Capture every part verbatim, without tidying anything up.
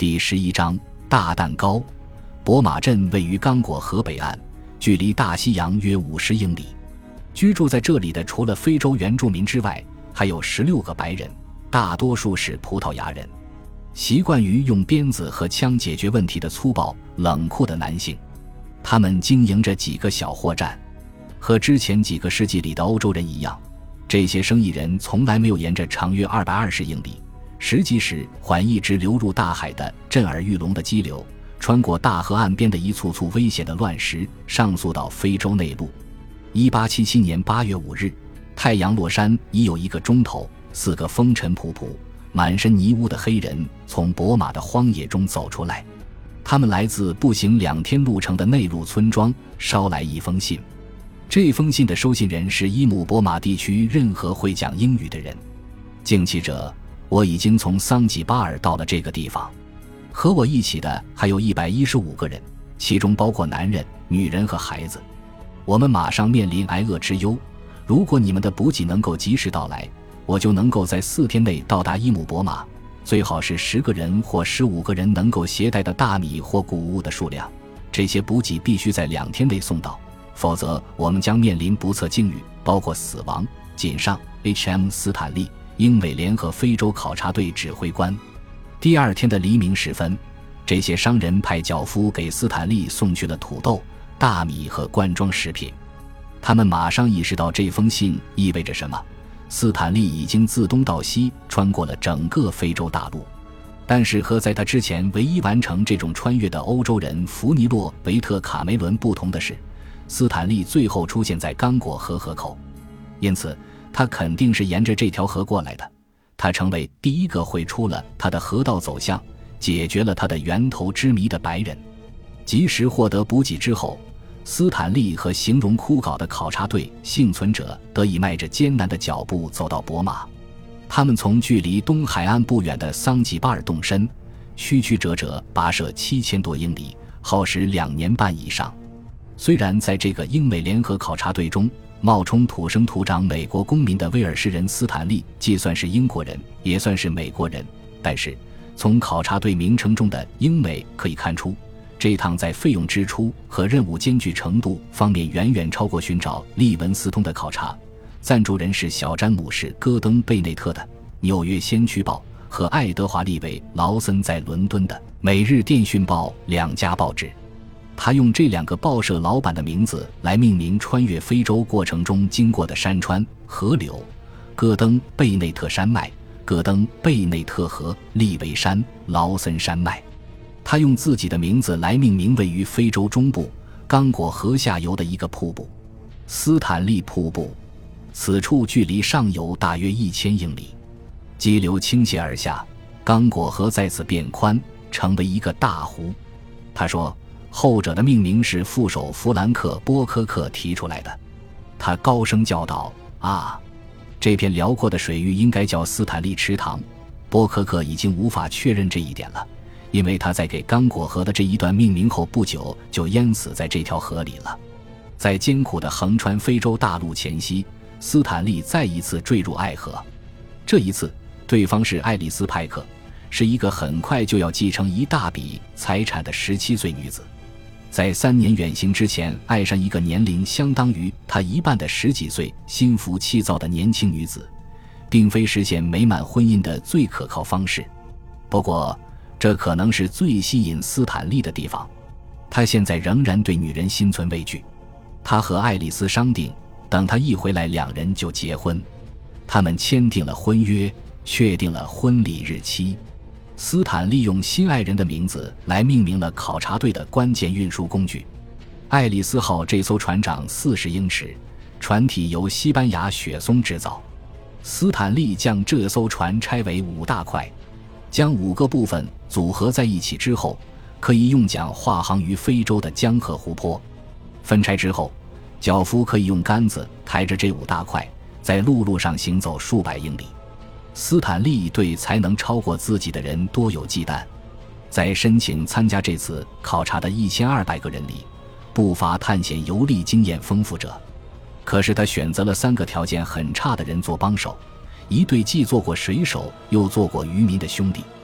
第十一章大蛋糕。博马镇位于刚果河北岸，距离大西洋约五十英里。居住在这里的除了非洲原住民之外，还有十六个白人，大多数是葡萄牙人。习惯于用鞭子和枪解决问题的粗暴冷酷的男性，他们经营着几个小货站。和之前几个世纪里的欧洲人一样，这些生意人从来没有沿着长约二百二十英里实际时缓一直流入大海的震耳欲聋的激流，穿过大河岸边的一簇簇危险的乱石，上溯到非洲内陆。一八七七年八月五日，太阳落山已有一个钟头，四个风尘仆仆满身泥污的黑人从博马的荒野中走出来。他们来自步行两天路程的内陆村庄，捎来一封信。这封信的收信人是伊姆博马地区任何会讲英语的人。敬启者，我已经从桑吉巴尔到了这个地方，和我一起的还有一百一十五个人，其中包括男人、女人和孩子。我们马上面临挨饿之忧，如果你们的补给能够及时到来，我就能够在四天内到达伊姆博马，最好是十个人或十五个人能够携带的大米或谷物的数量。这些补给必须在两天内送到，否则我们将面临不测境遇，包括死亡。谨上 H M 斯坦利，英美联合非洲考察队指挥官。第二天的黎明时分，这些商人派脚夫给斯坦利送去了土豆、大米和罐装食品。他们马上意识到这封信意味着什么。斯坦利已经自东到西穿过了整个非洲大陆，但是和在他之前唯一完成这种穿越的欧洲人弗尼洛·维特卡梅伦不同的是，斯坦利最后出现在刚果河河口，因此他肯定是沿着这条河过来的。他成为第一个会出了他的河道走向，解决了他的源头之谜的白人。及时获得补给之后，斯坦利和形容枯槁的考察队幸存者得以迈着艰难的脚步走到博马。他们从距离东海岸不远的桑吉巴尔动身，曲曲折折跋涉七千多英里，耗时两年半以上。虽然在这个英美联合考察队中，冒充土生土长美国公民的威尔士人斯坦利既算是英国人，也算是美国人，但是从考察队名称中的英美可以看出，这趟在费用支出和任务艰巨程度方面远远超过寻找利文斯通的考察。赞助人是小詹姆士·戈登·贝内特的《纽约先驱报》和爱德华·利维·劳森在伦敦的《每日电讯报》两家报纸。他用这两个报社老板的名字来命名穿越非洲过程中经过的山川、河流：戈登贝内特山脉、戈登贝内特河、利维山、劳森山脉。他用自己的名字来命名位于非洲中部刚果河下游的一个瀑布——斯坦利瀑布。此处距离上游大约一千英里，激流倾泻而下，刚果河在此变宽，成为一个大湖。他说，后者的命名是副手弗兰克·波科克提出来的。他高声叫道：啊，这片辽阔的水域应该叫斯坦利池塘。波科克已经无法确认这一点了，因为他在给刚果河的这一段命名后不久就淹死在这条河里了。在艰苦的横穿非洲大陆前夕，斯坦利再一次坠入爱河。这一次对方是爱丽丝·派克，是一个很快就要继承一大笔财产的十七岁女子。在三年远行之前爱上一个年龄相当于她一半的十几岁心浮气躁的年轻女子，并非实现美满婚姻的最可靠方式。不过这可能是最吸引斯坦利的地方。他现在仍然对女人心存畏惧。他和爱丽丝商定，等他一回来两人就结婚。他们签订了婚约，确定了婚礼日期。斯坦利用新爱人的名字来命名了考察队的关键运输工具。爱丽丝号这艘船长四十英尺，船体由西班牙雪松制造。斯坦利将这艘船拆为五大块，将五个部分组合在一起之后，可以用桨划航于非洲的江河湖泊。分拆之后，脚夫可以用杆子抬着这五大块，在陆路上行走数百英里。斯坦利对才能超过自己的人多有忌惮。在申请参加这次考察的一千二百个人里，不乏探险游历经验丰富者。可是他选择了三个条件很差的人做帮手，一对既做过水手又做过渔民的兄弟。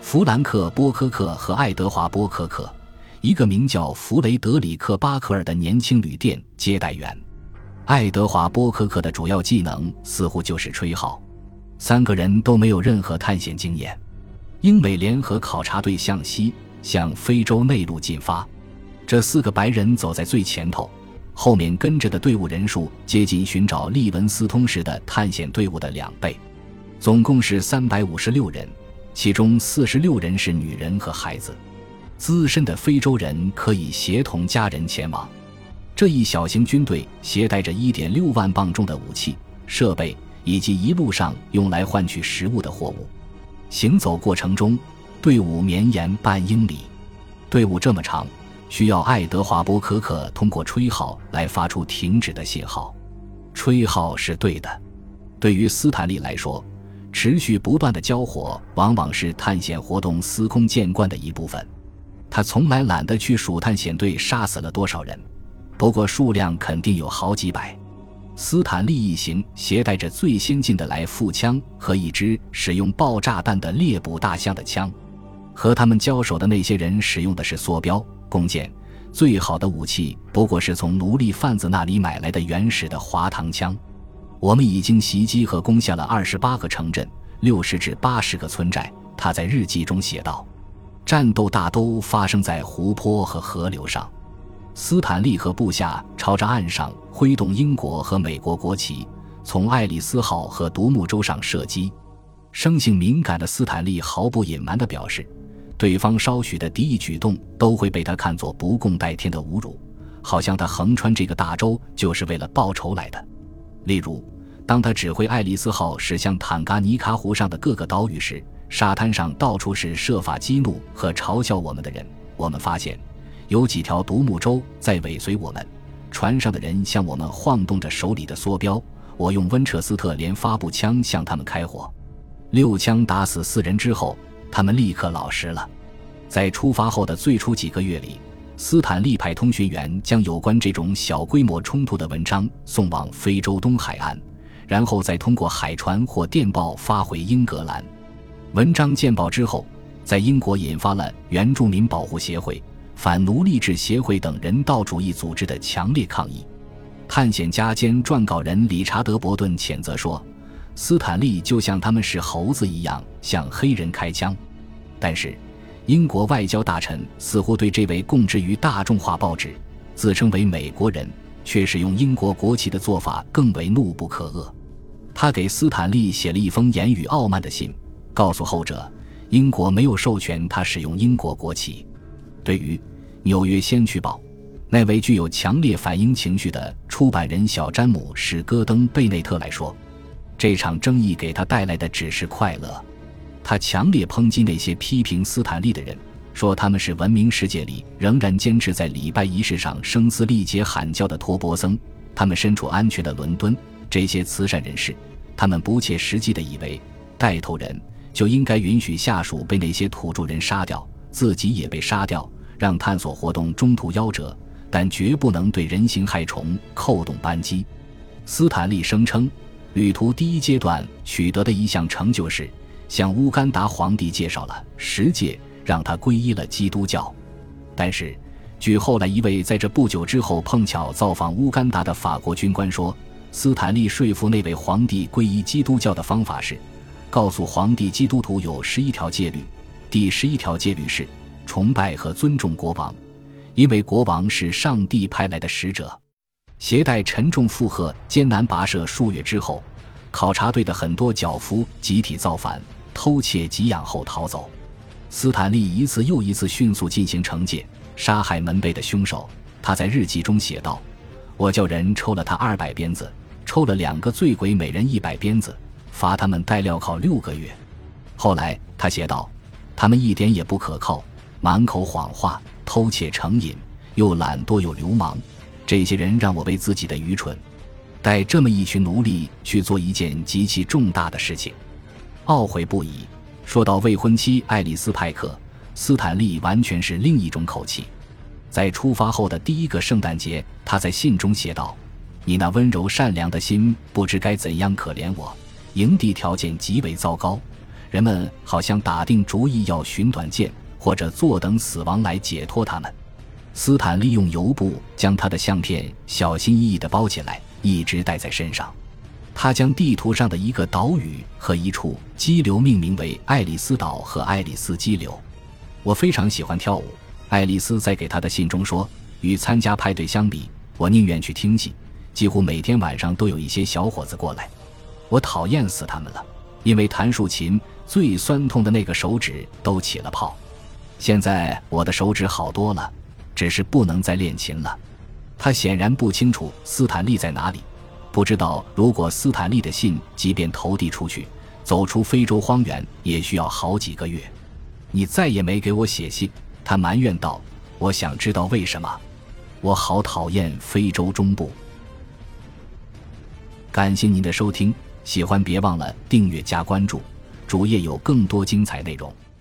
弗兰克·波科克和爱德华·波科克，一个名叫弗雷德里克·巴克尔的年轻旅店接待员。爱德华·波科克的主要技能似乎就是吹号。三个人都没有任何探险经验。英美联合考察队向西，向非洲内陆进发。这四个白人走在最前头，后面跟着的队伍人数接近寻找利文斯通时的探险队伍的两倍，总共是三百五十六人，其中四十六人是女人和孩子。资深的非洲人可以协同家人前往。这一小型军队携带着 一点六万磅重的武器、设备以及一路上用来换取食物的货物。行走过程中，队伍绵延半英里。队伍这么长，需要爱德华·波科克通过吹号来发出停止的信号。吹号是对的。对于斯坦利来说，持续不断的交火往往是探险活动司空见惯的一部分。他从来懒得去数探险队杀死了多少人，不过数量肯定有好几百。斯坦利一行携带着最先进的来复枪和一支使用爆炸弹的猎捕大象的枪，和他们交手的那些人使用的是梭镖、弓箭，最好的武器不过是从奴隶贩子那里买来的原始的滑膛枪。我们已经袭击和攻下了二十八个城镇，六十至八十个村寨，他在日记中写道。战斗大都发生在湖泊和河流上。斯坦利和部下朝着岸上挥动英国和美国国旗，从爱丽丝号和独木舟上射击。生性敏感的斯坦利毫不隐瞒地表示，对方稍许的敌意举动都会被他看作不共戴天的侮辱，好像他横穿这个大洲就是为了报仇来的。例如，当他指挥爱丽丝号驶向坦噶尼卡湖上的各个岛屿时，沙滩上到处是设法激怒和嘲笑我们的人。我们发现有几条独木舟在尾随我们，船上的人向我们晃动着手里的梭镖，我用温彻斯特连发步枪向他们开火。六枪打死四人之后，他们立刻老实了。在出发后的最初几个月里，斯坦利派通讯员将有关这种小规模冲突的文章送往非洲东海岸，然后再通过海船或电报发回英格兰。文章见报之后，在英国引发了原住民保护协会、反奴隶制协会等人道主义组织的强烈抗议。探险家兼撰稿人理查德·伯顿谴责说，斯坦利就像他们是猴子一样向黑人开枪。但是英国外交大臣似乎对这位供职于大众化报纸、自称为美国人却使用英国国旗的做法更为怒不可遏。他给斯坦利写了一封言语傲慢的信，告诉后者英国没有授权他使用英国国旗。对于纽约先驱报那位具有强烈反英情绪的出版人小詹姆·史戈登·贝内特来说，这场争议给他带来的只是快乐。他强烈抨击那些批评斯坦利的人，说他们是文明世界里仍然坚持在礼拜仪式上声嘶力竭喊叫的托钵僧，他们身处安全的伦敦，这些慈善人士，他们不切实际地以为带头人就应该允许下属被那些土著人杀掉，自己也被杀掉，让探索活动中途夭折，但绝不能对人形害虫扣动扳机。斯坦利声称，旅途第一阶段取得的一项成就是向乌干达皇帝介绍了十诫，让他皈依了基督教。但是据后来一位在这不久之后碰巧造访乌干达的法国军官说，斯坦利说服那位皇帝皈依基督教的方法是告诉皇帝基督徒有十一条戒律，第十一条戒律是崇拜和尊重国王，因为国王是上帝派来的使者。携带沉重负荷艰难跋涉数月之后，考察队的很多脚夫集体造反，偷窃给养后逃走。斯坦利一次又一次迅速进行惩戒，杀害门贝的凶手。他在日记中写道，我叫人抽了他二百鞭子，抽了两个醉鬼每人一百鞭子，罚他们戴镣铐六个月。后来他写道，他们一点也不可靠，满口谎话，偷窃成瘾，又懒惰又流氓，这些人让我为自己的愚蠢带这么一群奴隶去做一件极其重大的事情懊悔不已。说到未婚妻爱丽丝派克，斯坦利完全是另一种口气。在出发后的第一个圣诞节，他在信中写道，你那温柔善良的心不知该怎样可怜我，营地条件极为糟糕， 人们好像打定主意要寻短见，或者坐等死亡来解脱他们。斯坦利用油布将他的相片小心翼翼地包起来，一直带在身上。他将地图上的一个岛屿和一处激流命名为爱丽丝岛和爱丽丝激流。我非常喜欢跳舞，爱丽丝在给他的信中说，与参加派对相比，我宁愿去听戏，几乎每天晚上都有一些小伙子过来。我讨厌死他们了，因为弹竖琴最酸痛的那个手指都起了泡。现在我的手指好多了，只是不能再练琴了。他显然不清楚斯坦利在哪里，不知道如果斯坦利的信即便投递出去，走出非洲荒原也需要好几个月。你再也没给我写信，他埋怨道，我想知道为什么。我好讨厌非洲中部。感谢您的收听，喜欢别忘了订阅加关注，主页有更多精彩内容。